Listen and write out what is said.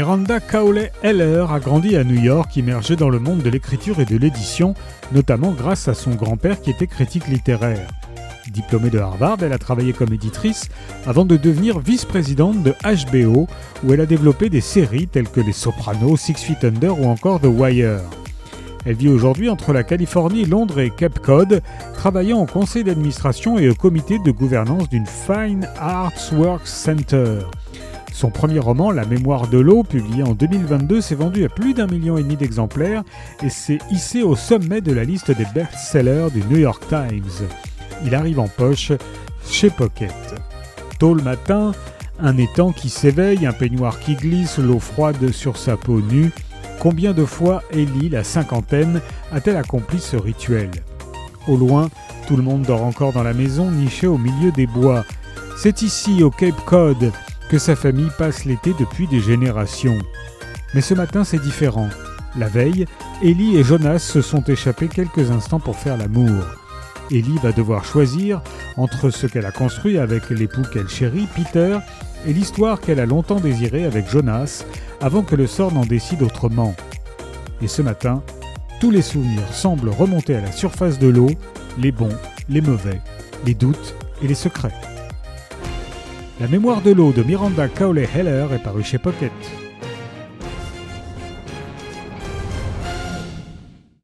Miranda Cowley Heller a grandi à New York, immergée dans le monde de l'écriture et de l'édition, notamment grâce à son grand-père qui était critique littéraire. Diplômée de Harvard, elle a travaillé comme éditrice avant de devenir vice-présidente de HBO, où elle a développé des séries telles que Les Sopranos, Six Feet Under ou encore The Wire. Elle vit aujourd'hui entre la Californie, Londres et Cape Cod, travaillant au conseil d'administration et au comité de gouvernance d'une Fine Arts Works Center. Son premier roman, La mémoire de l'eau, publié en 2022, s'est vendu à plus d'1,5 million d'exemplaires et s'est hissé au sommet de la liste des best-sellers du New York Times. Il arrive en poche chez Pocket. Tôt le matin, un étang qui s'éveille, un peignoir qui glisse, l'eau froide sur sa peau nue. Combien de fois Ellie, la cinquantaine, a-t-elle accompli ce rituel ? Au loin, tout le monde dort encore dans la maison, nichée au milieu des bois. C'est ici, au Cape Cod, que sa famille passe l'été depuis des générations. Mais ce matin, c'est différent. La veille, Ellie et Jonas se sont échappés quelques instants pour faire l'amour. Ellie va devoir choisir entre ce qu'elle a construit avec l'époux qu'elle chérit, Peter, et l'histoire qu'elle a longtemps désirée avec Jonas, avant que le sort n'en décide autrement. Et ce matin, tous les souvenirs semblent remonter à la surface de l'eau, les bons, les mauvais, les doutes et les secrets. La mémoire de l'eau de Miranda Cowley Heller est parue chez Pocket.